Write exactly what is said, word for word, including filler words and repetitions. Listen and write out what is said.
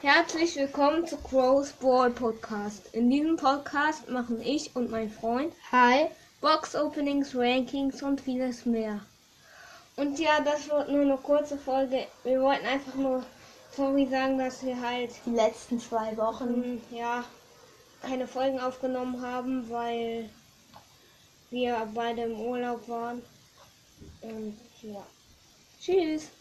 Herzlich willkommen zu Crow's Ball Podcast. In diesem Podcast machen ich und mein Freund Hi. Box Openings, Rankings und vieles mehr. Und ja, das wird nur eine kurze Folge. Wir wollten einfach nur sorry sagen, dass wir halt Die letzten zwei Wochen. ähm, ja keine Folgen aufgenommen haben, weil wir beide im Urlaub waren. Und ja. Tschüss.